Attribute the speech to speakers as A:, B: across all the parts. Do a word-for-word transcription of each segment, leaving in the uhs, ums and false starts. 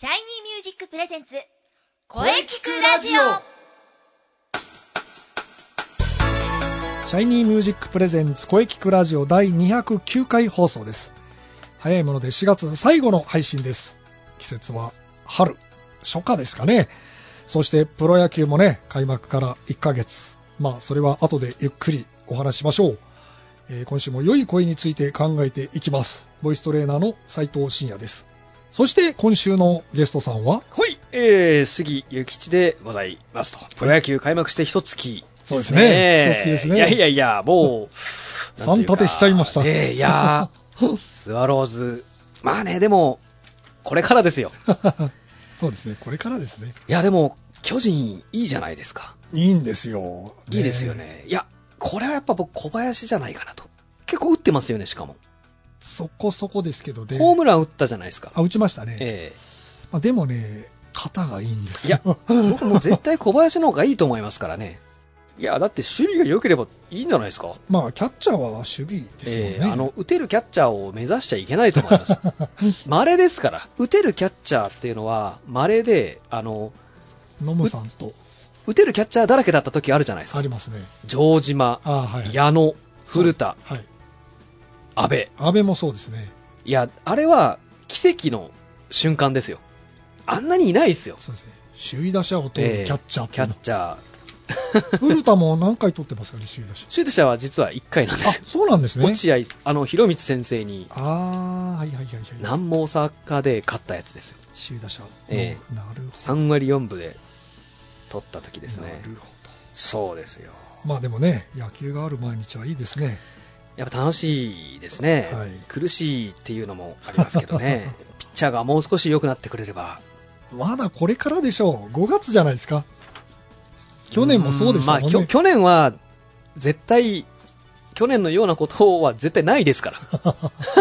A: シャイニーミュージックプレゼンツ声聞くラジオ。
B: シャイニーミュージックプレゼンツ声聞くラジオだいにひゃくきゅうかい放送です。早いものでしがつ最後の配信です。季節は春、初夏ですかね。そしてプロ野球もね、開幕からいっかげつ。まあそれは後でゆっくりお話ししましょう。えー、今週も良い声について考えていきます。ボイストレーナーの斉藤真也です。そして今週のゲストさんは
C: はい、えー、杉ゆきちでございますと。プロ野球開幕して一月ですね。
B: そうですね。一月ですね。
C: いやいやいや、もう
B: 三立てしちゃいました。
C: えー、いやスワローズ、まあね、でもこれからですよ。
B: そうですね、これからですね。
C: いやでも巨人いいじゃないですか。
B: いいんですよ、ね、
C: いいですよね。いやこれはやっぱ僕小林じゃないかなと。結構打ってますよね。しかも
B: そこそこですけどね。
C: ホームラン打ったじゃないですか。
B: あ、打ちましたね。
C: え
B: ーまあ、でもね、肩がいいんです
C: よ。
B: よ。
C: いや僕も絶対小林の方がいいと思いますからね。いやだって守備が良ければいいんじゃないですか。
B: まあキャッチャーは守備ですよね。
C: えー、あの打てるキャッチャーを目指しちゃいけないと思います。稀ですから。打てるキャッチャーっていうのは稀で、あの
B: 野茂さんと
C: 打てるキャッチャーだらけだった時あるじゃないですか。
B: ありますね。
C: 城島、
B: あ、はいはい、
C: 矢野、古田、
B: はい、
C: 阿部。
B: 阿部もそうですね。
C: いやあれは奇跡の瞬間ですよ。あんなにいないですよ。
B: そうですね。首位打者を取るキャッチャー、えー、
C: キャッチャー
B: 古田も何回取ってますかね、首位打者。
C: 首位打者は実はいっかいなんですよ。
B: あ、そうなんですね。
C: 落合、あの広光先生に
B: あ、はいはいはいはい、
C: 何毛差かで勝ったやつですよ。
B: 首位打者、
C: えー、
B: なるほど。
C: さんわりよんぶで取った時ですね。
B: なるほど。
C: そうですよ。
B: まあでもね、野球がある毎日はいいですね。
C: やっぱ楽しいですね、はい、苦しいっていうのもありますけどね。ピッチャーがもう少し良くなってくれれば。
B: まだこれからでしょう。ごがつじゃないですか。去年もそうでしたもんね。
C: まあ、去年は絶対去年のようなことは絶対ないですから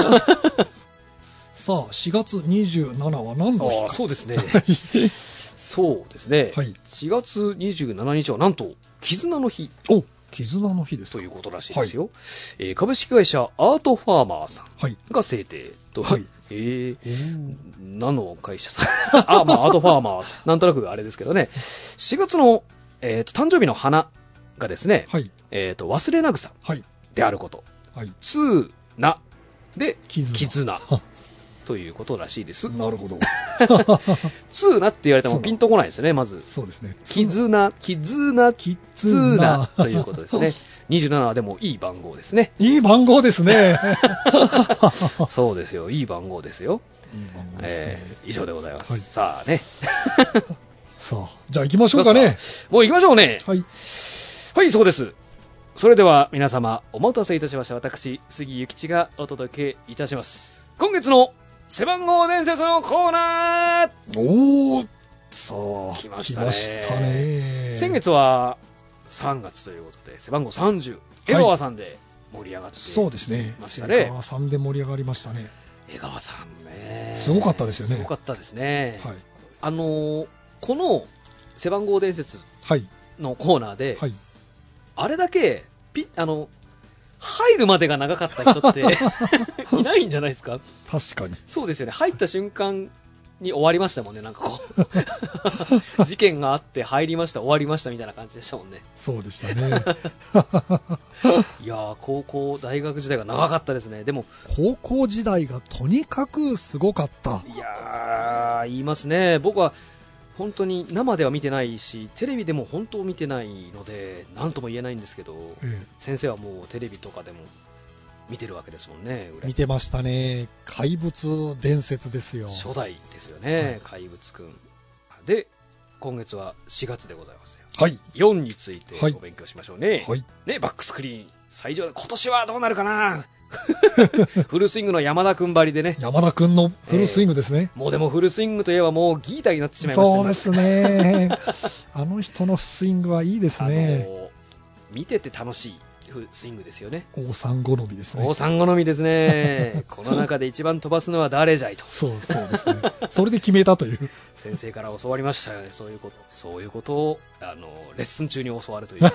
B: さあしがつにじゅうしちにちは何の日か。
C: あ、そうですねそうですね、はい、しがつにじゅうしちにちはなんと絆の日。
B: お、絆の日です
C: ということらしいですよ、はい。えー、株式会社アートファーマーさんが制定と、はい、えー、何の会社さんあ、まあアートファーマーなんとなくあれですけどね。しがつのえー、と誕生日の花がですね、はい、えー、と忘れなぐさであること、はい、つーなで絆ということらしいです。
B: なるほど
C: つーなって言われてもピンとこないですよね。まず
B: そうですね、
C: 絆、絆、つーなということですね。にじゅうななはでもいい番号ですね。
B: いい番号ですね
C: そうですよ、いい番号ですよ。
B: いい番号ですね、
C: えー、以上でございます、
B: はい、
C: さあね
B: さあ、じゃあ行きましょうかね。
C: もう行きましょうね。
B: はい。
C: はい、そうです。それでは皆様お待たせいたしました。私、杉ゆきちがお届けいたします。今月の背番号伝説のコーナー。
B: おー、さあ、
C: 来ましたね。
B: 来ましたね。
C: 先月はさんがつということで、背番号さんじゅう、江川さんで盛り上がってましたね。
B: そうですね。江川さんで盛り上がりましたね。
C: 江川さんね。
B: すごかったですよね。
C: すごかったですね。
B: はい。
C: あのー、この背番号伝説のコーナーで、はい、あれだけピあの入るまでが長かった人っていないんじゃないですか。
B: 確かに
C: そうですよね。入った瞬間に終わりましたもんね。なんかこう事件があって入りました終わりましたみたいな感じでしたもんね。
B: そうでしたね
C: いやー、高校大学時代が長かったですね。でも
B: 高校時代がとにかくすごかった。
C: いやー、言いますね。僕は本当に生では見てないし、テレビでも本当見てないので何とも言えないんですけど、ええ、先生はもうテレビとかでも見てるわけですもんね。
B: 見てましたね。怪物伝説ですよ。
C: 初代ですよね、はい、怪物くんで。今月はしがつでございますよ。
B: はい。
C: よんについてお勉強しましょうね。
B: はい。
C: ね、バックスクリーン最上、今年はどうなるかなフルスイングの山田くんばりでね。
B: 山田くんのフルスイングですね、
C: えー、もうでもフルスイングといえばもうギータになってしまいましたね。
B: そうですねあの人のスイングはいいですね。
C: あの見てて楽しいスイングですよね。
B: 王さん好みですね。
C: 王さん好みですねこの中で一番飛ばすのは誰じゃいと。
B: そうそうですね。それで決めたという
C: 先生から教わりましたよね。そういうことそういうことをあのレッスン中に教わるという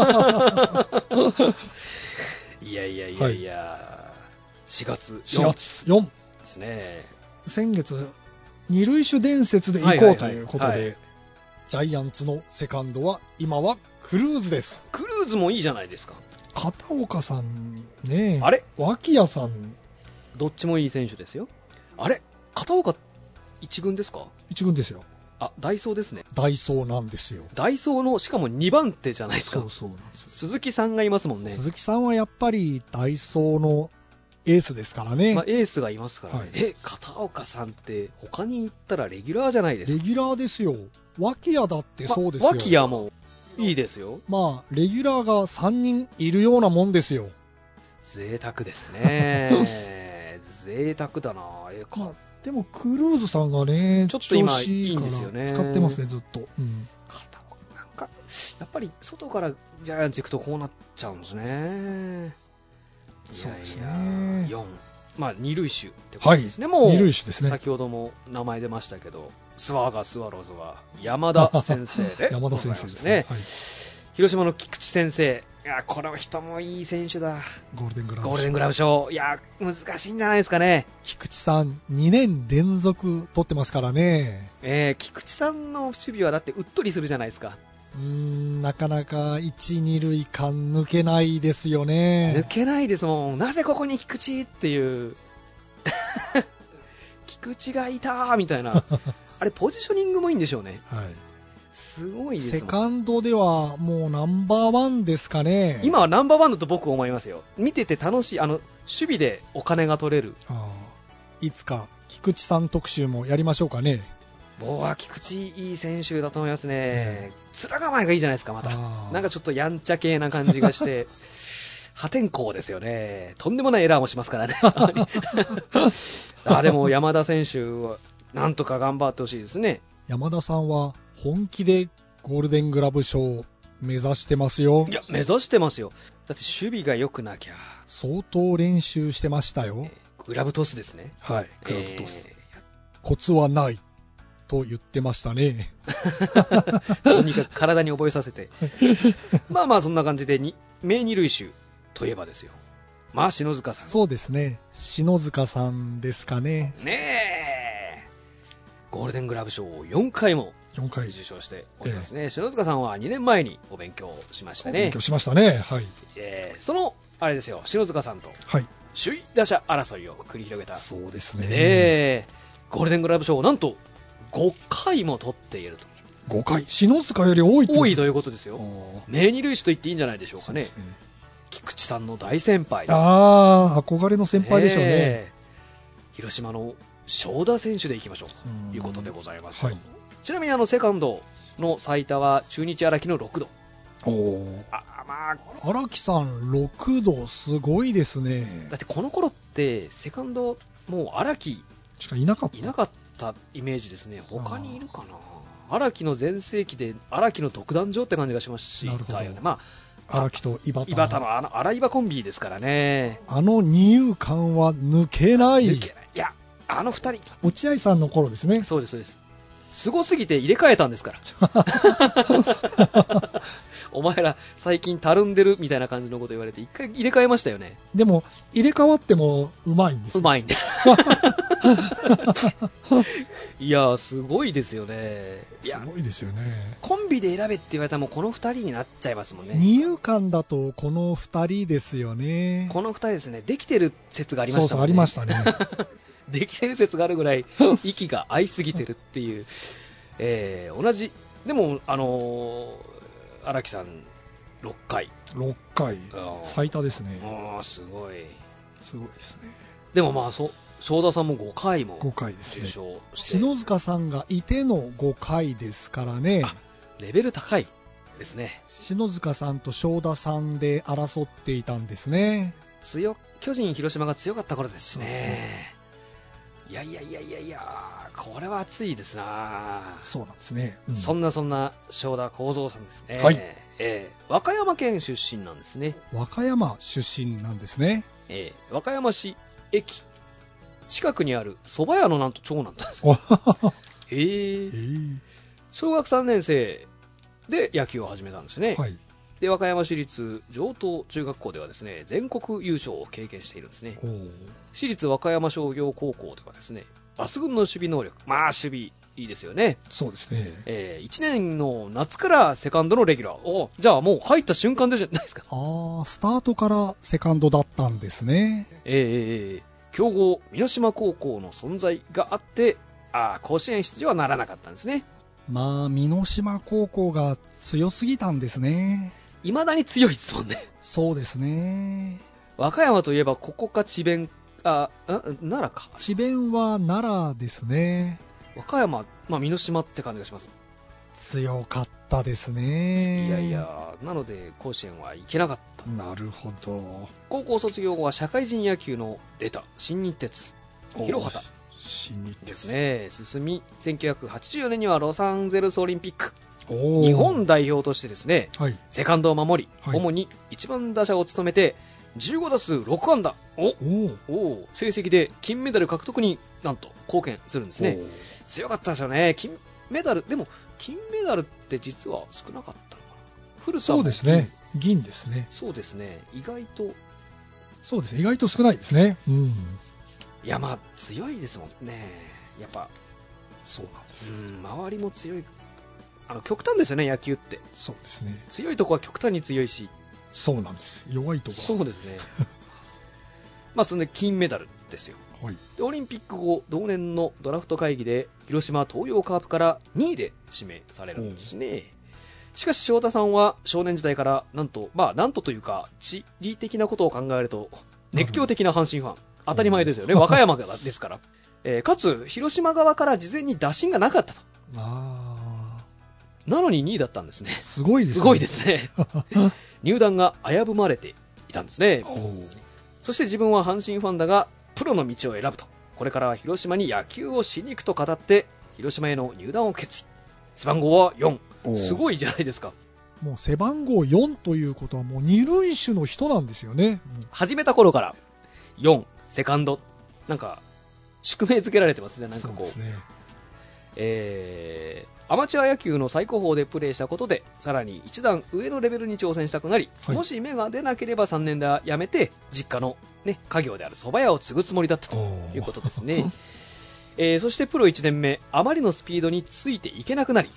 C: いやいやいやいや、はい、しがつよん
B: しがつよん
C: ですね。
B: 先月二塁手伝説で行こうということで、はいはいはい、ジャイアンツのセカンドは今はクルーズです。
C: クルーズもいいじゃないですか。
B: 片岡さんね、
C: あれ
B: 脇谷さん、
C: どっちもいい選手ですよ。あれ片岡一軍ですか？
B: 一軍ですよ。
C: あ、ダイソーですね。
B: ダイソーなんですよ。
C: ダイソーのしかもにばん手じゃないですか。
B: そうそうなんです。
C: 鈴木さんがいますもんね。
B: 鈴木さんはやっぱりダイソーのエースですからね。
C: まあ、エースがいますからね、はい、え片岡さんって他に行ったらレギュラーじゃないですか。
B: レギュラーですよ。脇谷だってそうですよ、
C: ま、脇谷もいいですよ。
B: まあレギュラーがさんにんいるようなもんですよ。
C: 贅沢ですね贅沢だな。えか、
B: まあ、でもクルーズさんがね
C: ちょっと今いいんですよね。
B: 使ってますねずっと、うん、
C: 片岡なんかやっぱり外からジャイアンツ行くとこうなっちゃうんですね。
B: そうですね。
C: いやいやよん、まあ二塁手ってことですね。はい、もう二塁手ですね。先ほども名前出ましたけど、スワガスワローズは山田先生で
B: 山田先生ですね。はい、
C: 広島の菊池先生、いやこの人もいい選手だ。
B: ゴールデングラブ賞。
C: ゴールデングラブ賞、いや難しいんじゃないですかね。
B: 菊池さんにねん連続取ってますからね。
C: えー、菊池さんの守備はだってうっとりするじゃないですか。
B: うーん、なかなかいち、に塁間抜けないですよね。
C: 抜けないですもん。なぜここに菊池っていう菊池がいたみたいなあれポジショニングもいいんでしょうね。
B: はい、
C: すごいですもん。
B: セカンドではもうナンバーワンですかね。
C: 今はナンバーワンだと僕思いますよ。見てて楽しい。あの守備でお金が取れる。
B: ああ、いつか菊池さん特集もやりましょうかね。
C: 僕は菊池いい選手だと思いますね。面構えがいいじゃないですか。またなんかちょっとやんちゃ系な感じがして破天荒ですよね。とんでもないエラーもしますからねあでも山田選手はなんとか頑張ってほしいですね。
B: 山田さんは本気でゴールデングラブ賞を目指してますよ。
C: いや目指してますよ。だって守備が良くなきゃ。相
B: 当練習してましたよ。
C: えー、グラブトスですね。
B: はい、グラブトス、えー、コツはないと言ってましたね
C: とにかく体に覚えさせてまあまあそんな感じでに名二塁手といえばですよ、まあ篠塚さん。
B: そうですね、篠塚さんですかね。
C: ねえ、ゴールデングラブ賞をよんかいも受賞しておりますね、ええ、篠塚さんはにねんまえにお勉強しましたね。
B: 勉強しましたね、はい。
C: えー、そのあれですよ、篠塚さんと首位打者争いを繰り広げた、
B: そうですね、
C: えー、ゴールデングラブ賞をなんとごかいも取っていると。
B: ごかい、篠塚より多いと
C: 多いということですよ。名二塁手と言っていいんじゃないでしょうかね。そうですね、菊池さんの大先輩です。
B: ああ、憧れの先輩でしょうね。
C: えー、広島の正田選手でいきましょうということでございます、はい、ちなみにあのセカンドの最多は中日荒木のろくど。
B: おあ、まあ、荒木さんろくどすごいですね。
C: だってこの頃ってセカンドもう荒木
B: しかいなかった
C: いなかったイメージですね。他にいるかな。荒木の全盛期で荒木の独壇場って感じがしましたよね。まあ
B: 荒木と井端
C: 井端のあの荒井場コンビですからね。
B: あの二遊間は抜けない。
C: 抜けない。いや、あの二人
B: 落合さんの頃ですね。
C: そうですそうです。すごすぎて入れ替えたんですからお前ら最近たるんでるみたいな感じのこと言われて一回入れ替えましたよね。
B: でも入れ替わってもうまいんですよ。
C: うまいんですいやすごいですよね。いや
B: すごいですよね。
C: コンビで選べって言われたらもうこのふたりになっちゃいますもんね。
B: 二遊間だとこのふたりですよね。
C: このふたりですね。できてる説がありましたもんね。
B: そうそうありましたね
C: できてる説があるぐらい息が合いすぎてるっていう、えー、同じでもあの荒、ー、木さんろっかい
B: ろっかい最多ですね。
C: あすごい
B: すごいですね。
C: でもまあそ正田さんもごかいも受賞して、
B: ね、篠塚さんがいてのごかいですからね。
C: あレベル高いですね。
B: 篠塚さんと正田さんで争っていたんですね。
C: 強巨人広島が強かった頃ですしね。いやいやいやいやいやこれは熱いですな。
B: そうなんですね、うん、
C: そんなそんな正田幸三さんですね、
B: はい
C: えー、和歌山県出身なんですね。
B: 和歌山出身なんですね、
C: えー、和歌山市駅近くにある蕎麦屋のなんと長男なんですえー、えー、小学さんねん生で野球を始めたんですね、はい、で和歌山市立城東中学校ではですね全国優勝を経験しているんですね。市立和歌山商業高校ではですね抜群の守備能力。まあ、守備いいですよね。
B: そうですね。
C: えー、いちねんの夏からセカンドのレギュラー。おじゃあもう入った瞬間でじゃないですか。
D: ああ、スタートからセカンドだったんですね。
C: えー、強豪、箕島高校の存在があって、あ甲子園出場はならなかったんですね。
D: まあ、箕島高校が強すぎたんですね。
C: 未だに強いですもんね。
D: そうですね。
C: 和歌山といえばここか智弁、あ、あ奈良か。
D: 智弁は奈良ですね。
C: 和歌山、まあ、箕島って感じがします。
D: 強かったですね。
C: いやいや、なので甲子園は行けなかった。
D: なるほど。
C: 高校卒業後は社会人野球の出た新日鉄広畑
D: 新日鉄
C: ですね。進みせんきゅうひゃくはちじゅうよねんにはロサンゼルスオリンピック
D: お
C: 日本代表としてですね、
D: はい、
C: セカンドを守り、
D: はい、
C: 主にいちばん打者を務めてじゅうごだすうろくあんだおお成績で金メダル獲得になんと貢献するんですね。強かったですよね。金メダルでも金メダルって実は少なかったのかな。古田も
B: そうですね。銀ですね。
C: そうですね。意外と
B: そうですね。意外と少ないですね。うん。
C: いやまあ強いですもんね。やっぱ
B: そうなんですよ。
C: うん、周りも強い。あの極端ですよね、野球って。
B: そうですね。
C: 強いとこは極端に強いし。
B: そうなんです。弱いとこ
C: そうですね。まあそんで金メダルですよ。
B: はい、
C: でオリンピック後、同年のドラフト会議で広島東洋カープからにいで指名されるんですね。しかし翔太さんは少年時代からなんと、まあなんとというか地理的なことを考えると熱狂的な阪神ファン。当たり前ですよね。和歌山ですから。えー、かつ広島側から事前に打診がなかったと。
B: あ
C: なのににいだったんですね。
B: すごいですね。
C: すごいですね。入団が危ぶまれていたんですね。そして自分は阪神ファンだがプロの道を選ぶと。これからは広島に野球をしに行くと語って広島への入団を決意。背番号はよん。すごいじゃないですか。
B: もう背番号よんということはもう二塁手の人なんですよね。
C: 始めた頃からよんセカンドなんか宿命付けられてますね。なんかこう、そうですね。えー、アマチュア野球の最高峰でプレーしたことでさらに一段上のレベルに挑戦したくなり、はい、もし芽が出なければさんねんで辞めて実家の、ね、家業である蕎麦屋を継ぐつもりだったということですね。えー、そしてプロいちねんめあまりのスピードについていけなくなり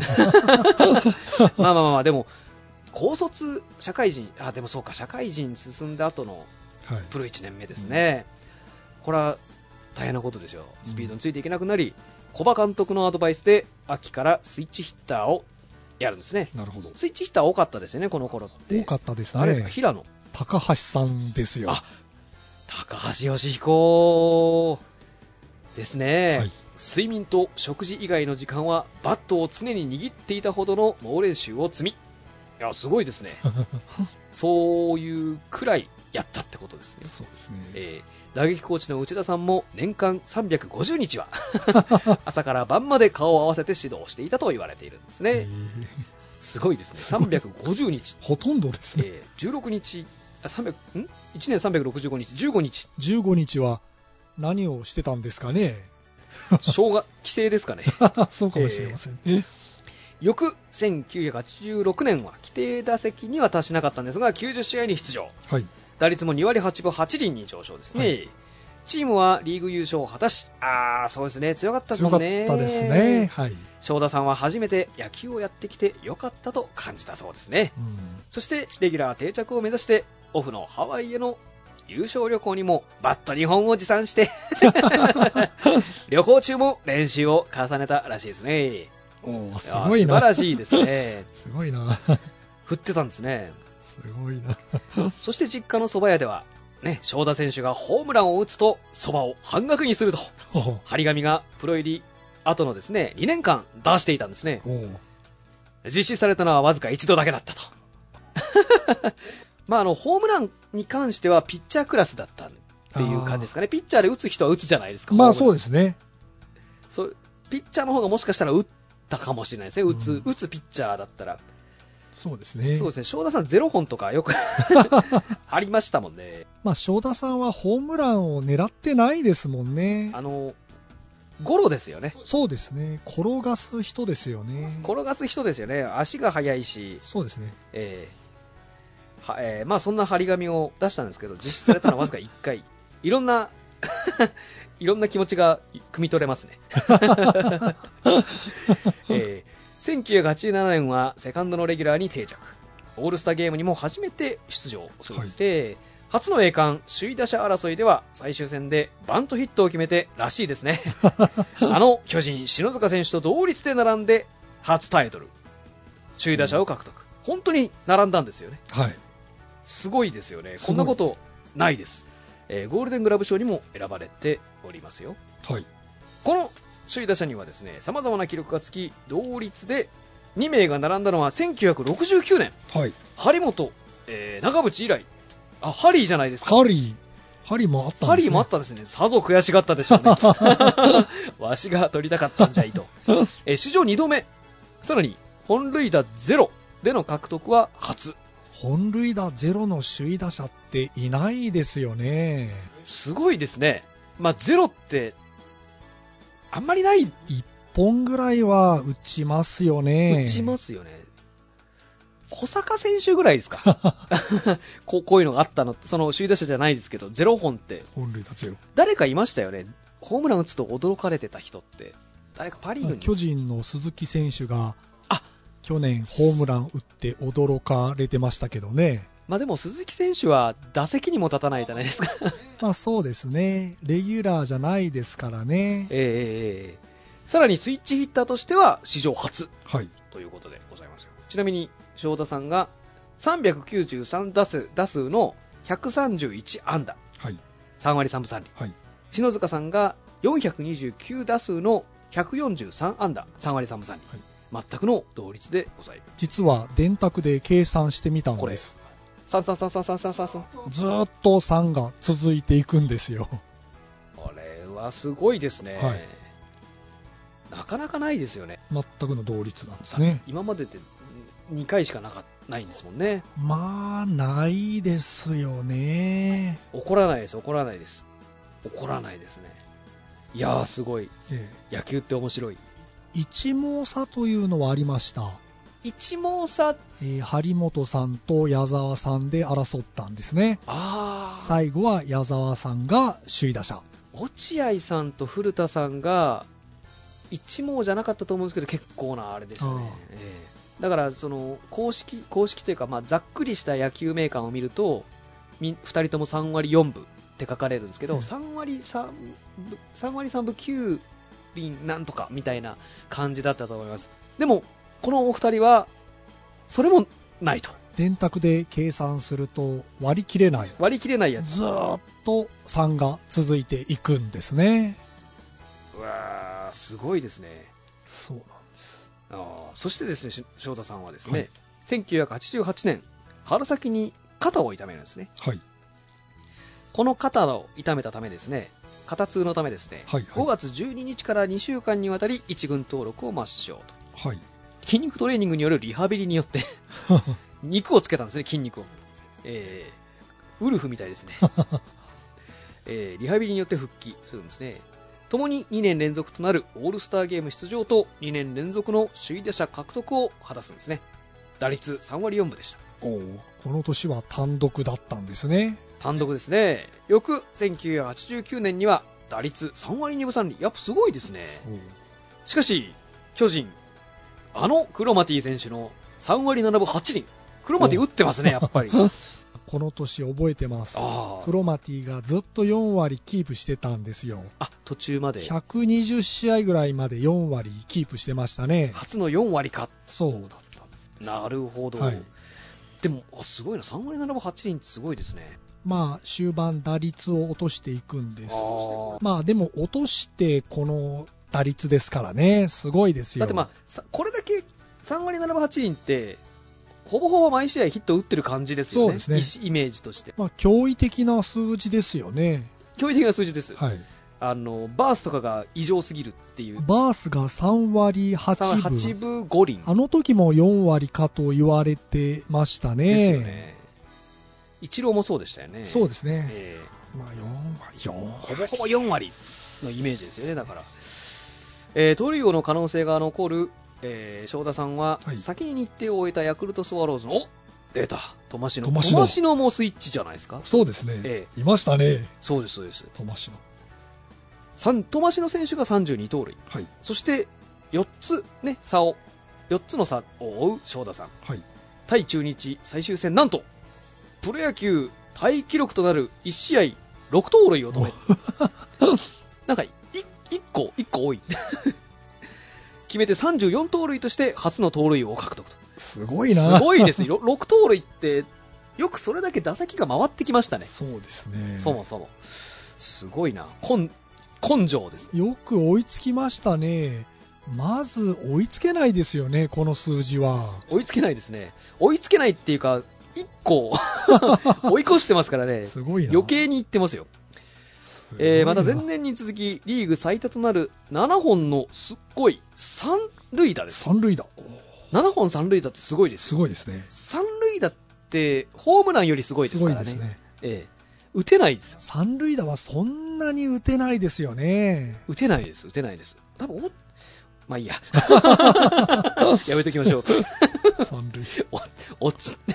C: まあまあまあでも高卒社会人あでもそうか社会人進んだ後のプロいちねんめですね、はいうん、これは大変なことですよ。スピードについていけなくなり、うん小葉監督のアドバイスで秋からスイッチヒッターをやるんですね。
B: なるほど。
C: スイッチヒッター多かったですよね、この頃って。
B: 多かったですね。
C: あれ平野
B: 高橋さんですよ。
C: あ、高橋義彦ですね、はい、睡眠と食事以外の時間はバットを常に握っていたほどの猛練習を積み、いやすごいですね。そういうくらいやったってことですね。
B: そうですね。
C: えー打撃コーチの内田さんも年間さんびゃくごじゅうにちは朝から晩まで顔を合わせて指導していたと言われているんですね。すごいですね。さんびゃくごじゅうにち
B: ほとんどですね、
C: えー、じゅうろくにちあさんびゃくんいちねんさんびゃくろくじゅうごにちじゅうごにち
B: じゅうごにちは何をしてたんですかね。
C: 正月帰省ですかね。
B: そうかもしれませんね、えー、
C: 翌せんきゅうひゃくはちじゅうろくねんは規定打席には達しなかったんですがきゅうじゅっしあいに出場、はい、打率もにわりはちぶはちりんに上昇ですね、はい、チームはリーグ優勝を果たし、あーそうですね強かったですもんね。
B: 強かったですね、はい、
C: 正田さんは初めて野球をやってきてよかったと感じたそうですね、うん、そしてレギュラー定着を目指してオフのハワイへの優勝旅行にもバットにほんを持参して旅行中も練習を重ねたらしいですね。
B: おすごいな、
C: 素晴らしいですね。
B: すごいな。
C: 振ってたんですね。
B: すごいな。
C: そして実家の蕎麦屋ではね、正田選手がホームランを打つと蕎麦を半額にすると張り紙がプロ入り後のですねにねんかん出していたんですね。実施されたのはわずか一度だけだったと。まああのホームランに関してはピッチャークラスだったっていう感じですかね。ピッチャーで打つ人は打つじゃないですか。
B: まあそうですね。
C: そうピッチャーの方がもしかしたら打ったかもしれないですね。打つ、うん、打つピッチャーだったら。
B: そうですね。
C: そうですね。正田さんゼロほんとかよくありましたもんね。
B: まあ正田さんはホームランを狙ってないですもんね。
C: あのゴロですよね。
B: そうですね。転がす人ですよね。
C: 転がす人ですよね。足が速いし。
B: そうですね。
C: えーはえー、まあそんな張り紙を出したんですけど実施されたのはわずかいっかい。いろんないろんな気持ちが汲み取れますね。えー、せんきゅうひゃくはちじゅうななねんはセカンドのレギュラーに定着。オールスターゲームにも初めて出場するんですね。はい、初の栄冠首位打者争いでは最終戦でバントヒットを決めてらしいですね。あの巨人篠塚選手と同率で並んで初タイトル首位打者を獲得、うん、本当に並んだんですよね。はい、すごいですよね。こんなことないです。えー、ゴールデングラブ賞にも選ばれておりますよ。はい、この首位打者にはですね、様々な記録がつき同率でにめいが並んだのはせんきゅうひゃくろくじゅうきゅうねん、はい、張本、えー、長渕以来。あ、ハリーじゃないですか。
B: ハリーハリーもあったんですね。
C: ハリーもあったんですね。さぞ悔しがったでしょうね。わしが取りたかったんじゃいと。えー、史上にどめ、さらに本塁打ゼロでの獲得は初。
B: 本塁打ゼロの首位打者っていないですよね。
C: すごいですね。まあゼロってあんまりない。
B: いっぽんぐらいは打ちますよね。
C: 打ちますよね。小坂選手ぐらいですか。こう、こういうのがあったのって、その首位打者じゃないですけど、ゼロほんって。
B: 本塁打ゼロ。
C: 誰かいましたよね。ホームラン打つと驚かれてた人って。誰かパリーグに。
B: 巨人の鈴木選手が、あ、去年ホームラン打って驚かれてましたけどね。
C: まあでも鈴木選手は打席にも立たないじゃないですか。
B: まあそうですね。レギュラーじゃないですからね。
C: ええー、さらにスイッチヒッターとしては史上初。はい。ということでございますよ。ちなみに、翔太さんがさんびゃくきゅうじゅうさん打数、打数のひゃくさんじゅういち安打。はい。さんわりさんぶさんり。はい。篠塚さんがよんひゃくにじゅうきゅう打数のひゃくよんじゅうさん安打。さんわりさんぶさんり。はい。全くの同率でございます。
B: 実は電卓で計算してみたんです。
C: さんさんさんさんさんさんさんさん。
B: ずーっとさんが続いていくんですよ。
C: これはすごいですね。はい。なかなかないですよね。
B: 全くの同率なんですね。
C: 今まででにかいしかなかないんですもんね。
B: まあないですよね。
C: 怒らないです怒らないです怒らないですね。いやーすごい、ええ、野球って面白い。
B: 一毛差というのはありました。
C: 一毛差、
B: えー、張本さんと矢沢さんで争ったんですね。あ、最後は矢沢さんが首位打者。
C: 落合さんと古田さんが一毛じゃなかったと思うんですけど結構なあれですね。えー、だからその公式公式というか、まあ、ざっくりした野球名鑑を見るとふたりともさんわりよんぶって書かれるんですけど、うん、さんわりさんぶさんわりさんぶきゅうりんなんとかみたいな感じだったと思います。でもこのお二人はそれもないと。
B: 電卓で計算すると割り切れない
C: 割り切れないやつ。
B: ずーっとさんが続いていくんですね。
C: うわーすごいですね。
B: そうなんです。
C: あ、そしてですね翔太さんはですね、はい、せんきゅうひゃくはちじゅうはちねん春先に肩を痛めるんですね。はい。この肩を痛めたためですね、肩痛のためですね、はいはい、ごがつじゅうににちからにしゅうかんにわたり一軍登録を抹消と。はい。筋肉トレーニングによるリハビリによって肉をつけたんですね、筋肉を。えー、ウルフみたいですね。えー、リハビリによって復帰するんですね。共ににねん連続となるオールスターゲーム出場とにねん連続の首位打者獲得を果たすんですね。打率さんわりよんぶでした。
B: おこの年は単独だったんですね。
C: 単独ですね。翌せんきゅうひゃくはちじゅうきゅうねんには打率さんわりにぶさんり。やっぱすごいですね。しかし巨人、あのクロマティ選手のさんわりななぶはちりん。クロマティ打ってますね、やっぱり。
B: この年覚えてます。クロマティがずっとよんわりキープしてたんですよ。
C: あ、途中まで
B: ひゃくにじゅっしあいぐらいまでよんわりキープしてましたね。
C: 初のよんわりか。
B: そうだったんです。
C: なるほど、はい、でもあすごいな、さんわりななぶはちりんってすごいですね。
B: まあ終盤打率を落としていくんです。あまあでも落としてこの打率ですからね、すごいですよ。
C: だってまあこれだけさんわりななぶはちりんってほぼほぼ毎試合ヒット打ってる感じですよね。そうですね。イメージとして。
B: まあ驚異的な数字ですよね。
C: 驚異的な数字です。はい。あのバースとかが異常すぎるっていう。
B: バースがさんわりはちぶ。
C: はちぶごりん。
B: あの時もよんわりかと言われてましたね。
C: ですよね。イチローもそうでしたよね。
B: そうですね。えー、まあよんわり、よんわり。
C: ほぼほぼよんわりのイメージですよね。だから。えー、盗塁王の可能性が残る。えー、翔太さんは先に日程を終えたヤクルトスワローズの、お出た。トマシノ。
B: トマシノ
C: トマシノもスイッチじゃないですか。
B: そうですね。
C: ええ、
B: いましたね。
C: そうです、そうです。
B: トマシノ。
C: トマシノ選手がさんじゅうに盗塁。
B: はい。
C: そして、よっつね、差を、よっつの差を追う正田さん。
B: はい。対
C: 中日最終戦、なんと、プロ野球タイ記録となるいち試合ろく盗塁を止め、なんかいいっこ、いっこ多い。決めてさんじゅうよん盗塁として初の盗塁を獲得と。
B: すごいな。
C: すごいですよ。ろく盗塁って、よくそれだけ打席が回ってきましたね。
B: そうですね。
C: そもそも。すごいな。根、根性です。
B: よく追いつきましたね。まず追いつけないですよね、この数字は。
C: 追いつけないですね。追いつけないっていうか、いっこ追い越してますからね。
B: すごいな。
C: 余計にいってますよ。えー、また前年に続きリーグ最多となるななほんのすっごい三塁打です。
B: 三塁打。
C: ななほん三塁打ってすごいです。
B: すごいですね。
C: 三塁打ってホームランよりすごいですからね。
B: すごいですね。
C: えー打てないですよ。
B: 三塁打はそんなに打てないですよね。
C: 打てないです、打てないです。多分お、まあいいや。やめときましょう。
B: 三塁
C: お、落ち。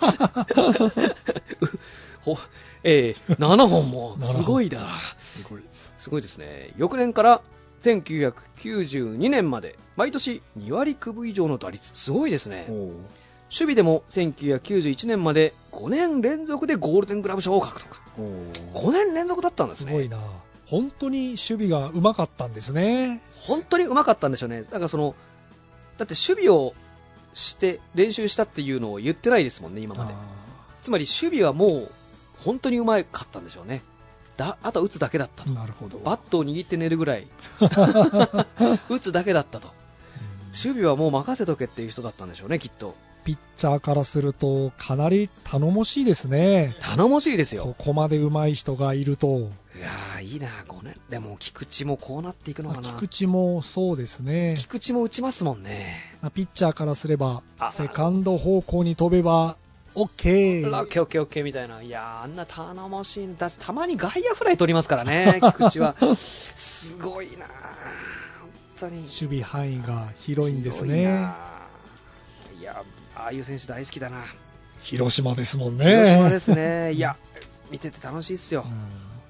C: ほえー、ななほんもすごいだ。
B: すごいです。
C: すごいですね。翌年からせんきゅうひゃくきゅうじゅうにねんまで毎年に割くぶ以上の打率。すごいですね。守備でもせんきゅうひゃくきゅうじゅういちねんまでごねん連続でゴールデングラブ賞を獲得。ごねん連続だったんですね。
B: すごいな。本当に守備がうまかったんですね。
C: 本当にうまかったんでしょうね。だからそのだって守備をして練習したっていうのを言ってないですもんね、今まで。つまり守備はもう本当にうまかったんでしょうね。だあとは打つだけだったと。
B: なるほど。
C: バットを握って寝るぐらい打つだけだったと。守備はもう任せとけっていう人だったんでしょうね、きっと。
B: ピッチャーからするとかなり頼もしいですね。
C: 頼もしいですよ。
B: ここまで上手い人がいると。
C: いやー、いいな、ごねん。でも菊池もこうなっていくのかな。
B: 菊池もそうですね。
C: 菊池も打ちますもんね。
B: ピッチャーからすればセカンド方向に飛べばオッケー。
C: オッケーオッケーオッケーみたいな。いやー、あんな頼もしいのだ。たまに外野フライ取りますからね、菊池は。すごいな、本当に。
B: 守備範囲が広いんですね。
C: いや、ああいう選手大好きだな。
B: 広島ですもんね。
C: 広島ですね。いや、見てて楽しいっすよ。
B: うん、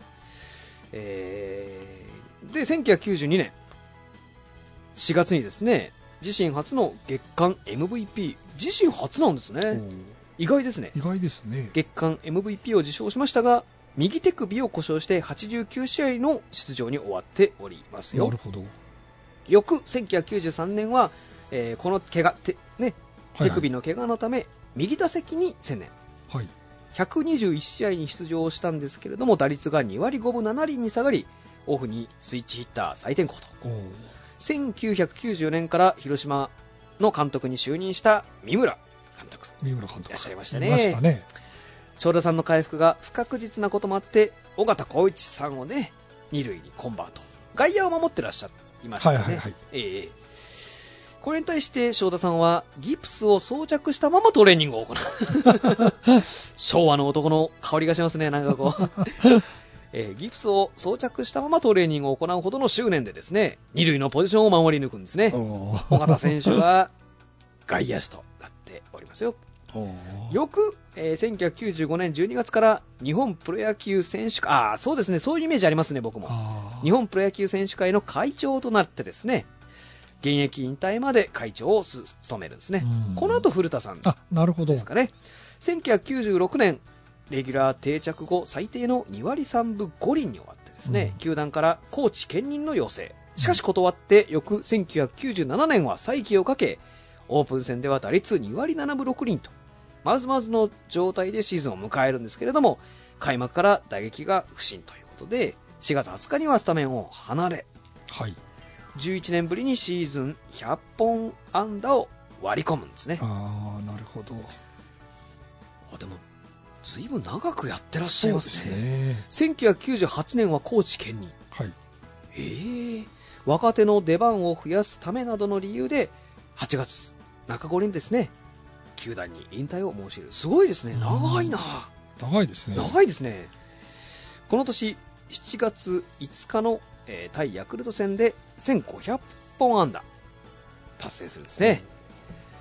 C: えー、で、せんきゅうひゃくきゅうじゅうにねんしがつにですね、自身初の月間 エムブイピー、自身初なんですね。意外ですね。
B: 意外ですね。
C: 月間 エムブイピー を受賞しましたが、右手首を故障してはちじゅうきゅう試合の出場に終わっておりますよ。
B: なるほど。
C: 翌せんきゅうひゃくきゅうじゅうさんねんは、えー、この怪我、手、ね、手首の怪我のため、はいはい、右打席に専念。
B: はい。
C: ひゃくにじゅういち試合に出場したんですけれども、打率がに割ごぶなな厘に下がり、オフにスイッチヒッター再転向と。せんきゅうひゃくきゅうじゅうねんから広島の監督に就任した三村監督さん。
B: 三村監督。
C: いらっしゃいましたね。
B: いましたね。
C: 正田さんの回復が不確実なこともあって、尾形浩一さんをね、二塁にコンバート。外野を守ってらっしゃいましたね。はいはいはい。ええ。これに対して正田さんはギプスを装着したままトレーニングを行う。昭和の男の香りがしますね、なんかこう。えー、ギプスを装着したままトレーニングを行うほどの執念でですね、二塁のポジションを守り抜くんですね。尾形選手は外野手となっておりますよ。翌、えー、せんきゅうひゃくきゅうじゅうごねんじゅうにがつから日本プロ野球選手会、ああ、そうですね、そういうイメージありますね、僕も。日本プロ野球選手会の会長となってですね、現役引退まで会長を務めるんですね。この後古田さんですかね。
B: あ、なるほど。
C: せんきゅうひゃくきゅうじゅうろくねんレギュラー定着後最低のに割さんぶご厘に終わってですね、うん、球団からコーチ兼任の要請。しかし断って翌せんきゅうひゃくきゅうじゅうななねんは再起をかけ、オープン戦では打率に割ななぶろく厘とまずまずの状態でシーズンを迎えるんですけれども、開幕から打撃が不振ということでしがつはつかにはスタメンを離れ、
B: はい、
C: じゅういちねんぶりにシーズンひゃっぽん安打を割り込むんですね。
B: ああ、なるほど。
C: あ、でもずいぶん長くやってらっしゃいますね。
B: そうですね。
C: せんきゅうひゃくきゅうじゅうはちねんはコーチ兼任。
B: はい。
C: えー、若手の出番を増やすためなどの理由ではちがつ中頃にですね、球団に引退を申し入れる。すごいですね。長いな。
B: 長いですね。
C: 長いですね。この年しちがついつかの、えー、対ヤクルト戦でせんごひゃっぽん安打達成するんですね。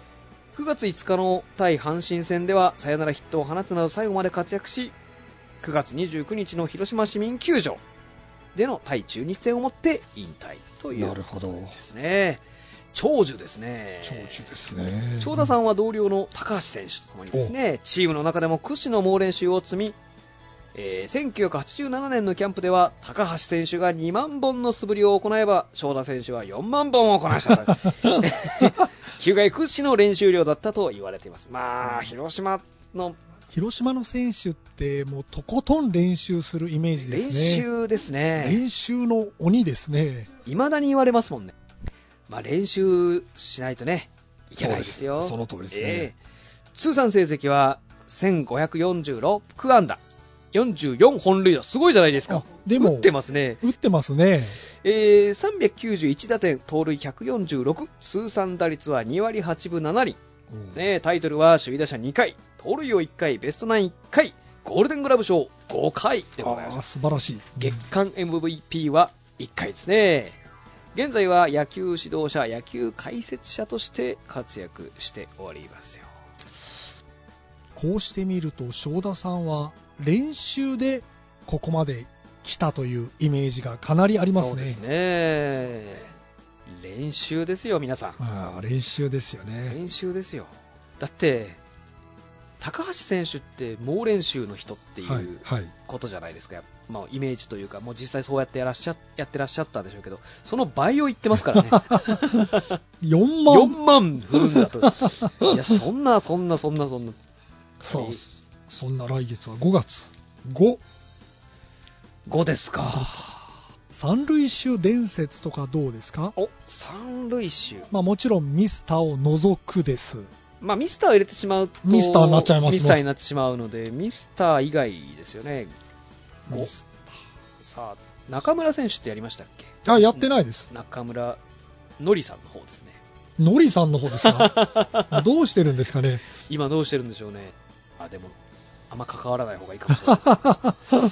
C: くがついつかの対阪神戦ではサヨナラヒットを放つなど最後まで活躍し、くがつにじゅうくにちの広島市民球場での対中日戦をもって引退ということですね。長寿ですね。
B: 長寿ですね。
C: 長田さんは同僚の高橋選手とともにですね、チームの中でも屈指の猛練習を積み、えー、せんきゅうひゃくはちじゅうななねんのキャンプでは高橋選手がにまんぼんの素振りを行えば長田選手はよんまんぼんをこなしたと球界屈指の練習量だったと言われています。まあ広島の
B: 広島の選手ってもうとことん練習するイメージですね。
C: 練習ですね。
B: 練習の鬼ですね。
C: 未だに言われますもんね。まあ練習しないとねいけないですよ。
B: その通りですね、
C: えー、通算成績はせんごひゃくよんじゅうろくあんだよんじゅうよんほんるいだ。すごいじゃないですか。
B: でも
C: 打ってますね。
B: 打ってますね。
C: えー、さんびゃくきゅうじゅういちだてん、盗塁ひゃくよんじゅうろく、通算打率はにわりはちぶななりん、ね、タイトルは首位打者にかい、盗塁王いっかい、ベストナインいっかい、ゴールデングラブ賞ごかいでございます。
B: あ、素晴らしい。
C: 月間 エムブイピー はいっかいですね。現在は野球指導者、野球解説者として活躍しておりますよ。
B: こうしてみると正田さんは練習でここまで来たというイメージがかなりありますね。
C: そうですね。練習ですよ皆さん。
B: ああ、練習ですよね。
C: 練習ですよ。だって高橋選手って猛練習の人っていうことじゃないですか、はいはい、まあ、イメージというかもう実際そうやってやらっしゃやってらっしゃったんでしょうけど、その倍を言ってますからね。
B: よんまん
C: よんまん振るんだと。いやそんなそんなそんなそんな
B: そう、そんな来月はごがつご、
C: ごですか。
B: 三塁手伝説とかどうですか？
C: お、三塁手、
B: まあ、もちろんミスターを除くです。
C: まあ、ミスターを入れてしまうと
B: ミスターになっちゃいますね。
C: ミスターになってしまうのでミスター以外ですよね。
B: ミスター。
C: さあ中村選手ってやりましたっけ？
B: あ、やってないです。
C: 中村のりさんの方ですね。
B: のりさんの方ですか？どうしてるんですかね。
C: 今どうしてるんでしょうね。あ、でもあんま関わらない方がいいかもしれないです。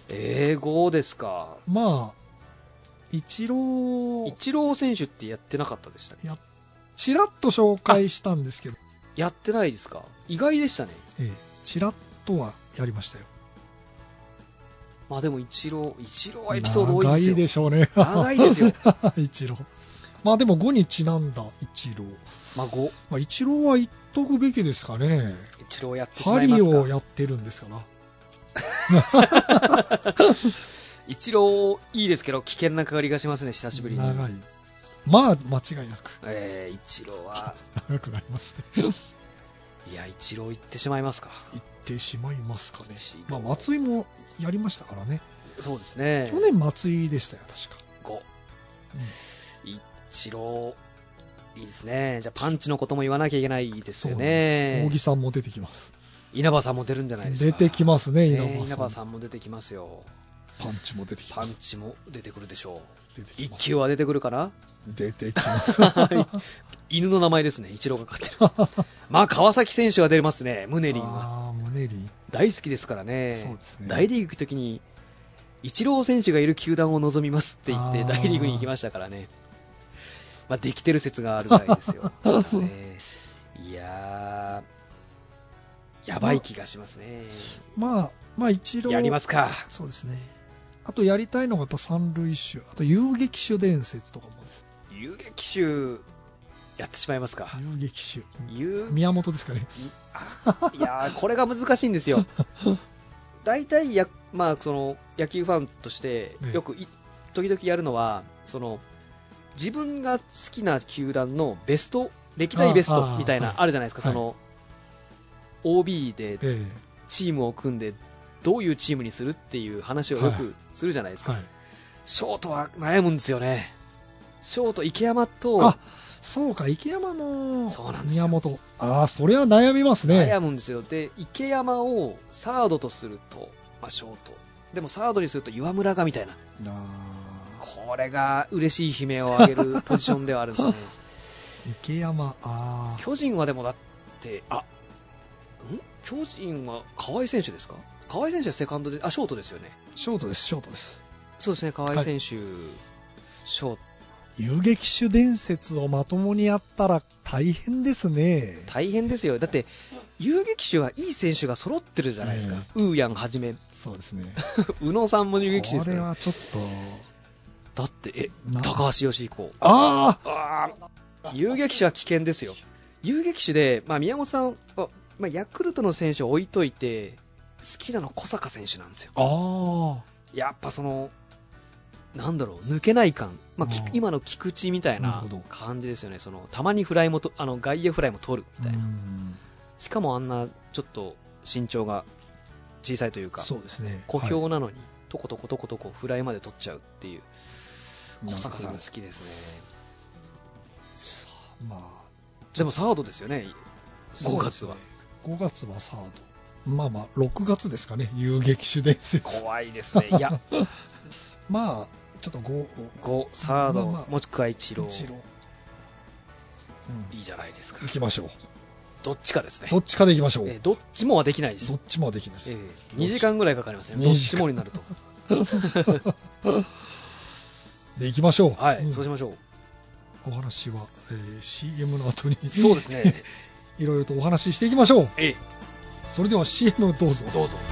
C: 英語ですか。
B: まあイチロー
C: イチロー選手ってやってなかったでしたっけ？
B: やちらっと紹介したんですけど、
C: やってないですか？意外でしたね。
B: ええ、ちらっとはやりましたよ。
C: まあでもイチローイチローはエピソード多いですよ。
B: 長いでしょうね。
C: 長いですよ。
B: イチロー。まあでもごにちなんだイチロー。
C: まあご。
B: まあ、イチローは言っとくべきですかね。
C: イチローやってしまいますか。
B: ハリーをやってるんですから。
C: イチローいいですけど危険な香りがしますね、久しぶりに。
B: 長い。まあ間違いなく。
C: えー、イチローは
B: 長くなりますね。
C: いや、イチロー行ってしまいますか。
B: 行ってしまいますかね。まあ松井もやりましたからね。
C: そうですね。
B: 去年松井でしたよ確か。
C: ご、うん、イチローいいですね。じゃあパンチのことも言わなきゃいけないですよね。
B: 大木さんも出てきます。
C: 稲葉さんも出るんじゃないですか。
B: 出てきますね、稲葉さん。
C: ね、稲葉さんも出てきますよ。
B: パンチも出てきます。
C: パンチも出てくるでしょう。
B: 出てきます。
C: 一球は出てくるかな。
B: 出てきます。
C: 犬の名前ですね、イチローがかってる。まあ川崎選手は出ますね、ムネリンは。
B: あ、ムネリン
C: 大好きですからね。
B: そうですね。
C: 大リーグ行くときにイチロー選手がいる球団を望みますって言って大リーグに行きましたからね。まあ、できてる説があるぐらいですよ。ね、いやー、やばい気がしますね。
B: まあ、まあ、一郎
C: やりますか。
B: そうですね。あとやりたいのがやっぱ三塁手、あと遊撃手伝説とかもです。
C: 遊撃手やってしまいますか。
B: 遊撃手。
C: 遊
B: 宮本ですかね。
C: いやー、これが難しいんですよ。大体や、まあ、その野球ファンとしてよくい、ね、時々やるのはその自分が好きな球団のベスト歴代ベストみたいなあるじゃないですか。その オービー でチームを組んでどういうチームにするっていう話をよくするじゃないですか、はいはい、ショートは悩むんですよね。ショート池山と、
B: あ、そうか、池山も
C: そうなんですよ。
B: 宮本、ああ、それは悩みますね。
C: 悩むんですよ。で、池山をサードとすると、まあ、ショートでもサードにすると岩村がみたいな、あ、これが嬉しい悲鳴を上げるポジションではあるんですよね。
B: 池山、あ、
C: 巨人はでもだって、あ、ん巨人は河合選手ですか。河合選手はセカンドで、あ、ショートですよね。
B: ショートです、ショートです。
C: そうですね、河合選手、はい、ショート。
B: 遊撃手伝説をまともにやったら大変ですね。
C: 大変ですよ。だって遊撃手はいい選手が揃ってるじゃないですか、えー、ウーヤンはじめ。
B: そうですね
C: 宇野さんも遊撃手ですから。
B: これはちょっ
C: とだってえ高橋義彦、
B: ああ
C: 遊撃手は危険ですよ。遊撃手で、まあ、宮本さん、まあ、ヤクルトの選手を置いといて好きなの小坂選手なんですよ。
B: あ
C: やっぱそのなんだろう、抜けない感、まあ、今の菊池みたいな感じですよね。そのたまにフライもとあの外野フライも取るみたいな。しかもあんなちょっと身長が小さいというか、
B: そうですね、
C: 小兵なのに、はい、トコトコトコトコフライまで取っちゃうっていう小坂さん好きですね。
B: さあ、まあ、
C: でもサードですよね、ごがつは。
B: ごがつはサード、まあまあろくがつですかね、遊撃手伝説。
C: 怖いですね。いや
B: まあちょっと ご,
C: ごサード、まあまあ、もしくはイチロー、
B: イチロー、
C: うん、いいじゃないですか。
B: 行きましょう。
C: どっちかですね。
B: どっちかで行きましょう。
C: えー、どっちもはできないです。
B: どっちもはできないです、え
C: ー、にじかんぐらいかかりますね、どっちもになると
B: で行きましょう。
C: はい、
B: うん、
C: そうしましょう。
B: お話は、えー、シーエム の後に
C: そうですね
B: いろいろとお話ししていきましょう。
C: えー、
B: それでは シーエム どうぞ
C: どうぞ。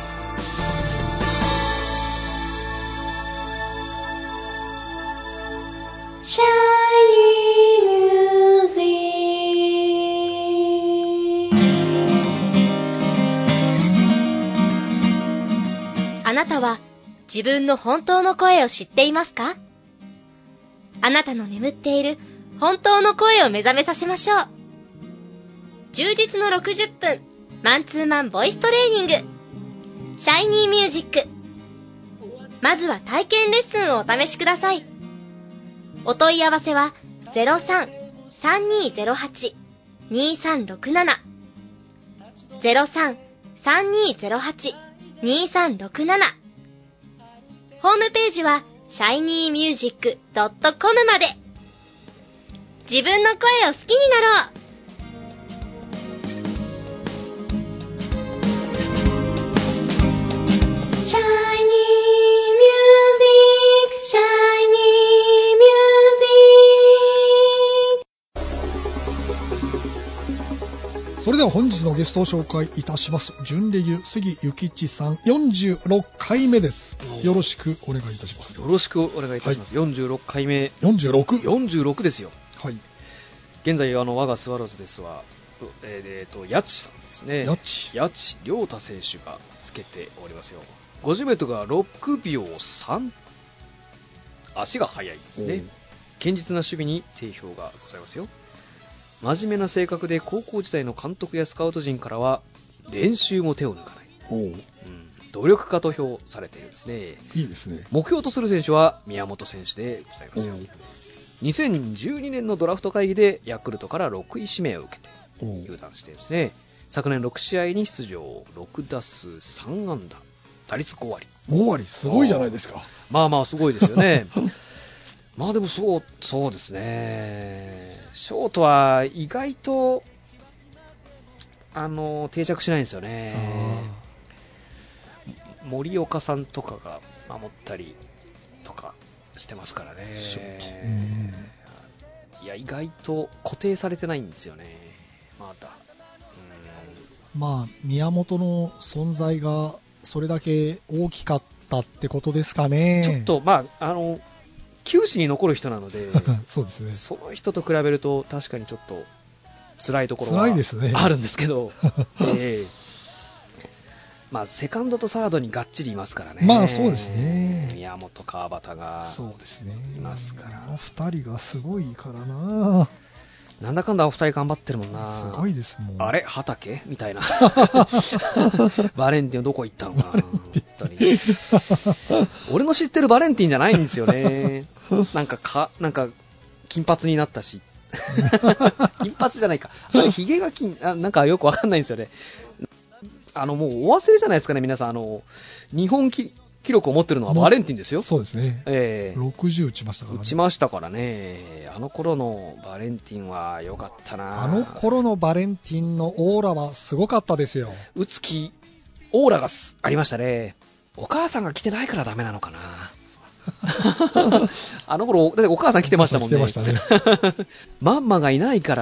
A: シャイニーミュージック。あなたは自分の本当の声を知っていますか？あなたの眠っている本当の声を目覚めさせましょう。充実のろくじゅっぷんマンツーマンボイストレーニング、シャイニーミュージック。まずは体験レッスンをお試しください。お問い合わせは ゼロさん さんにーゼロはち にーさんろくなな ゼロさん さんにーゼロはち にーさんろくなな。ホームページは シャイニーミュージックドットコム まで。自分の声を好きになろう。シャイニーミュージック、シャイニーミュージック。
B: それでは本日のゲストを紹介いたします。準レギュ杉ゆきちさん、よんじゅうろっかいめです。よろしくお願いいたします。
C: よろしくお願いいたします。はい、よんじゅうろっかいめ。
B: よんじゅうろく。
C: よんじゅうろくですよ。
B: はい。
C: 現在あの我がスワローズですは、えー、と八千さんですね。
B: 八千
C: 八千亮太選手がつけておりますよ。ごじゅうメートルがろくびょうさん、足が速いですね。堅実な守備に定評がございますよ。真面目な性格で高校時代の監督やスカウト陣からは練習も手を抜かない、うん、努力家と評されているんですね。
B: いいですね。
C: 目標とする選手は宮本選手でございますよ。にせんじゅうにねんのドラフト会議でヤクルトからろくい指名を受けて入団しているんですね。昨年ろくしあいに出場、ろくだすうさんあんだ、打率ごわり。
B: ごわり、すごいじゃないですか。
C: まあまあすごいですよね。まあでもそうそうですね。ショートは意外とあの定着しないんですよね。森岡さんとかが守ったりとかしてますからね。
B: ショート、
C: いや意外と固定されてないんですよね。まだ。
D: うん、まあ宮本の存在がそれだけ大きかったってことですかね。
C: ちょっとまああの球史に残る人なので
B: そうですね。
C: その人と比べると確かにちょっと辛いところは
B: 辛いですね。
C: あるんですけど、えー、まあセカンドとサードにがっちりいますからね。
B: まあそうですね。
C: 宮本、川端がいますから。
B: あのふたりがすごいからな。
C: なんだかんだお二人頑張ってるもんな。
B: すごいですもん。
C: あれ畑みたいな。バレンティンどこ行ったのかな。本当に。俺の知ってるバレンティンじゃないんですよね。なんかかなんか金髪になったし。金髪じゃないか。あれヒゲが金あなんかよくわかんないんですよね。あのもうお忘れじゃないですかね皆さん。あの日本記記録を持ってるのはバレンティンですよ。
B: そうですね。
C: えー、
B: ろくじゅう打ちましたからね。
C: 打ちましたからね。あの頃のバレンティンは良かったな。
B: あの頃のバレンティンのオーラはすごかったですよ。
C: 打つ気オーラがありましたね。お母さんが来てないからダメなのかな。 あの頃、だってお母さん来てましたもんね。
B: 来てましたね。
C: マンマがいないから、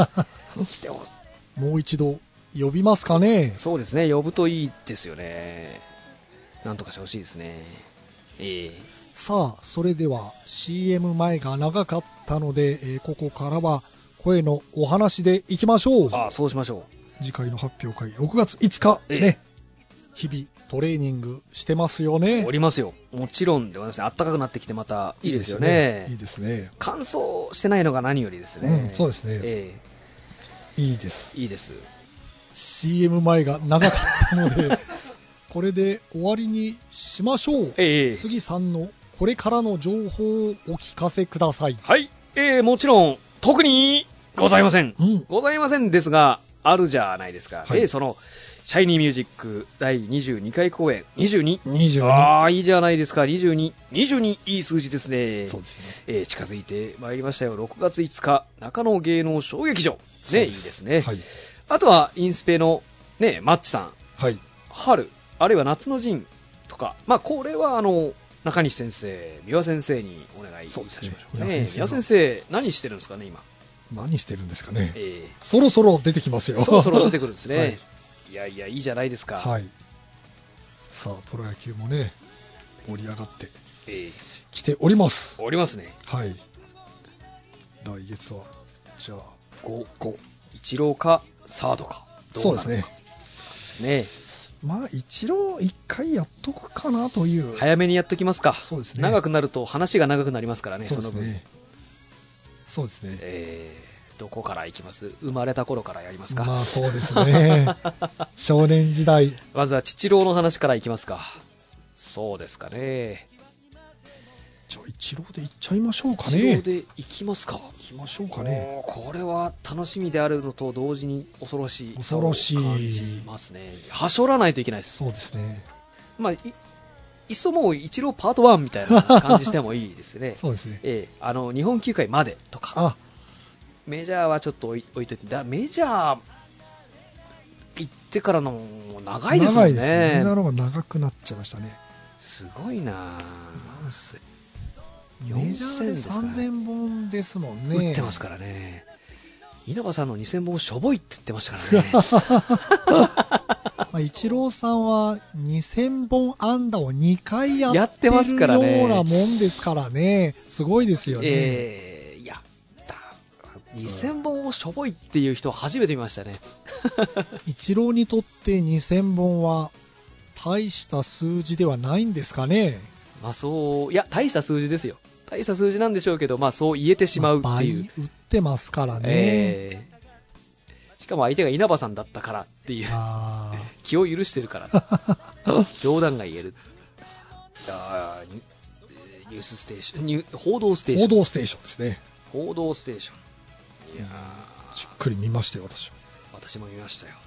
C: 来ても
D: もう一度呼びますかね。
C: そうですね、呼ぶといいですよね。なんとかしてほしいですね。ええ。
D: さあ、それでは シーエム 前が長かったので、えー、ここからは声のお話でいきましょう。
C: ああ、そうしましょ
B: う。次回の発表会、ろくがついつか、
C: ええ、
B: ね。
D: 日々トレーニングしてますよね。
C: おりますよ。もちろんでございます。あったかくなってきてまたいいですよね。
B: いいですね。
C: 乾燥してないのが何よりですね。
B: うん、そうですね。
C: え
B: え、いいです。
C: いいです。
D: シーエム 前が長かったので、これで終わりにしましょう。
C: ええ、
D: 杉さんのこれからの情報をお聞かせください。
C: はい。えー、もちろん、特にございません。
B: うん、
C: ございませんですが、あるじゃないですか。
B: はい、
C: えー、その、シャイニーミュージックだいにじゅうにかい公演、にじゅうに。
B: にじゅうに。
C: ああ、いいじゃないですか、にじゅうに。にじゅうに、いい数字ですね。
B: そうですね。
C: えー、近づいてまいりましたよ。ろくがついつか、中野芸能小劇場。ね、いいですね。
B: はい。
C: あとは、インスペの、ね、マッチさん。
B: はい。
C: 春、あるいは夏の陣とか。まあ、これは、あの、中西先生、三輪先生にお願いいたしましょうね。三輪先生、何してるんですかね、今。
B: 何してるんですかね。
C: え
B: ー、そろそろ出てきますよ。
C: そろそろ出てくるんですね。はい、いやいや、いいじゃないですか。
B: はい。さあ、プロ野球もね、盛り上がってきております。
C: えー、おりますね。
B: はい。来月は、じゃあ、
C: ご、ご、一郎か、サードか。
B: どうなのか。そうですね。
C: ですね。
B: まあ、一郎一回やっとくかなという。
C: 早めにやっときますか。
B: そうですね。
C: 長くなると話が長くなりますからね、
B: そうですね。
C: その分。
B: そうですね。
C: えー、どこから行きます？生まれた頃からやりますか？
B: まあそうですね。少年時代。
C: まずは父郎の話から行きますか。そうですかね。
B: じゃあ一郎で行っちゃいましょうかね。
C: 一郎で行きますか。
B: 行きましょうかね。
C: これは楽しみであるのと同時に恐ろしい。
B: 恐ろしい。
C: 感じますね。はしょらないといけないです。
B: そうですね。
C: まあいいっそもう一郎パートワンみたいな感じしてもいいですね。
B: そうですね。
C: えー、あの日本球界までとか。
B: あ、
C: メジャーはちょっと置い、置いといて、だメジャー行ってからの長いですもんね。長いですね。
B: メジャーの方が長くなっちゃいましたね。
C: すごいな。
B: なんせメジャーでさんぜんぼんですもんね。
C: 打ってますからね。稲葉さんのにせんぼんしょぼいって言ってましたからね。
D: まあ、イチローさんはにせんぼん安打をにかいやってる
C: やってますからね。
D: ようなもんですからね。すごいですよね。
C: えー、いやにせんぼんをしょぼいっていう人は初めて見ましたね。
D: イチローにとってにせんぼんは大した数字ではないんですかね。
C: まあそう、いや大した数字ですよ。大した数字なんでしょうけど、まあそう言えてしまうっていう。
D: まあ、倍打ってますからね。
C: えー、しかも相手が稲葉さんだったからっていう。
D: あ
C: 気を許してるから冗談が言える。あニュースステーション、ニュ報道ステーション。
B: 報道ステーションですね。
C: 報道ステーション。いや
B: ー、じっくり見ましたよ、私は。
C: 私も見ましたよ。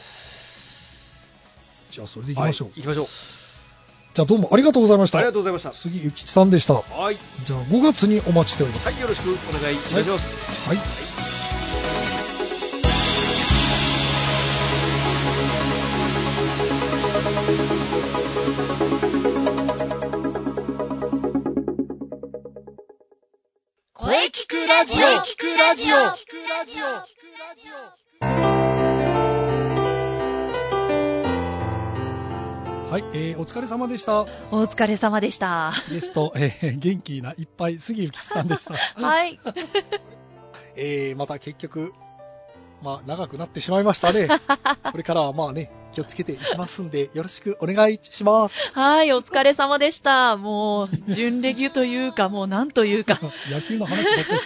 B: じゃあそれでいきましょう。
C: はい、行きましょう。
B: じゃあどうもありがとうございました。
C: ありがとうございました。
B: 杉ゆきちさんでした。
C: はい。
B: じゃあごがつにお待ちしております。
C: はい、よろしくお願いいたします。
B: はい。はい
E: 声聞くラジオ聞くラジオ聞くラジオ
B: はい、えー、お疲れ様でした。
F: お疲れ様でした。
B: ゲスト、えー、元気ないっぱい杉ゆきさんでした。
F: はい。
B: えー、また結局、まあ長くなってしまいましたね。これからはまあね、気をつけていきますんで、よろしくお願いします。
F: はい、お疲れ様でした。もう、準レギュというか、もうなんというか。
B: 野球の話ばっかりです。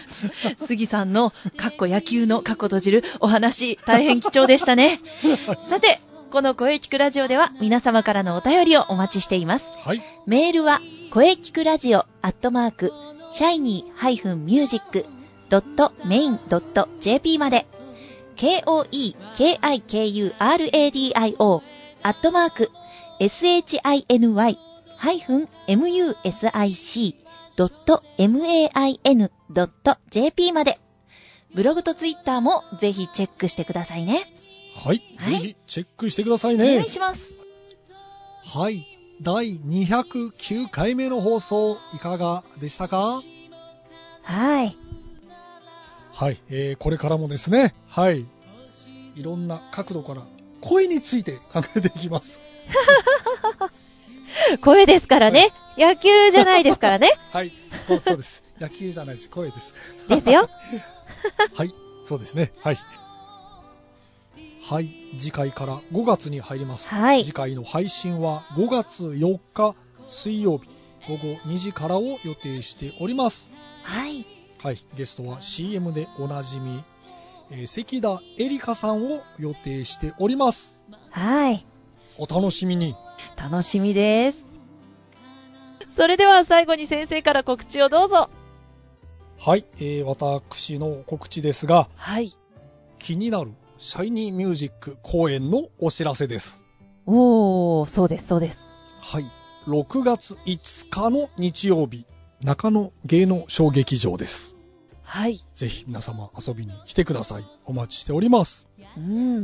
F: 杉さんの、かっこ野球のかっこ閉じるお話、大変貴重でしたね。さて、この声聞くラジオでは皆様からのお便りをお待ちしています。
B: はい。
F: メールは、声聞くラジオアットマーク、シャイニーミュージックドットメインドットジェーピー まで、ケーオーイーケーアイケーユーアールエーディーアイオー アットマーク シャイニーミュージックドットメインドットジェーピー まで。ブログとツイッターもぜひチェックしてくださいね。
B: はい、はい、ぜひチェックしてくださいね。
F: お願いします。
D: はい、
B: だいにひゃくきゅうかいめの放送いかがでしたか？
F: はい。
B: はい、えー、これからもですね、はい、いろんな角度から声について考えていきます。
F: 声ですからね。野球じゃないですからね。
B: はい、そう、そうです。野球じゃないです。声です。
F: ですよ。
B: はい、そうですね。はい。はい、次回からごがつに入ります。はい。次回の配信はごがつよっか水曜日ごごにじからを予定しております。
F: はい。
B: はい、ゲストは シーエム でおなじみ、えー、関田絵里香さんを予定しております。
F: はい。
B: お楽しみに。
F: 楽しみです。それでは最後に先生から告知をどうぞ。
B: はい、えー、私の告知ですが、
F: はい。
B: 気になるシャイニーミュージック公演のお知らせです。
F: おー、そうですそうです。
B: はい、ろくがついつかの日曜日、中野芸能小劇場です。
F: はい。
B: ぜひ皆様遊びに来てください。お待ちしております。
F: うん、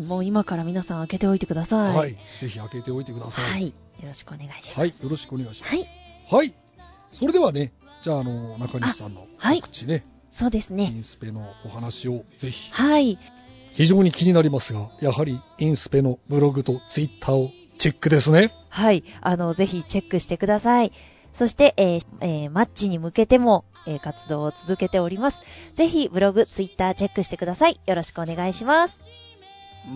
F: もう今から皆さん開けておいてください。
B: はい、ぜひ開けておいてください。
F: はい、よろしくお願いします。
B: はい、よろしくお願いします。
F: はい。
B: はい。それではね、じゃあ、あの、中西さんの告知ね。はい、
F: そうですね。
B: インスペのお話をぜひ。
F: はい。
B: 非常に気になりますが、やはりインスペのブログとツイッターをチェックですね。
F: はい。あの、ぜひチェックしてください。そして、えーえー、マッチに向けても、えー、活動を続けております。ぜひブログ、ツイッターチェックしてください。よろしくお願いします。
B: うん。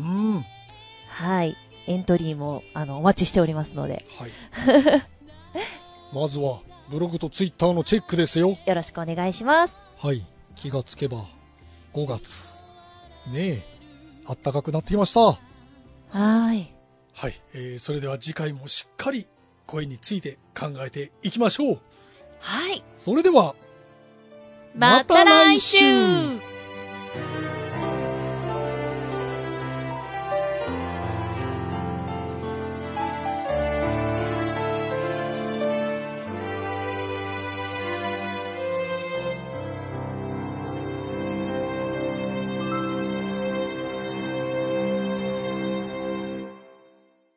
F: はい。エントリーも、あの、お待ちしておりますので。
B: はい。まずは、ブログとツイッターのチェックですよ。
F: よろしくお願いします。
B: はい。気がつけば、ごがつ。ねえ、あったかくなってきました。
F: はーい。
B: はい。えー、それでは次回もしっかり声について考えていきましょう。
F: はい。
B: それでは、
F: また来週。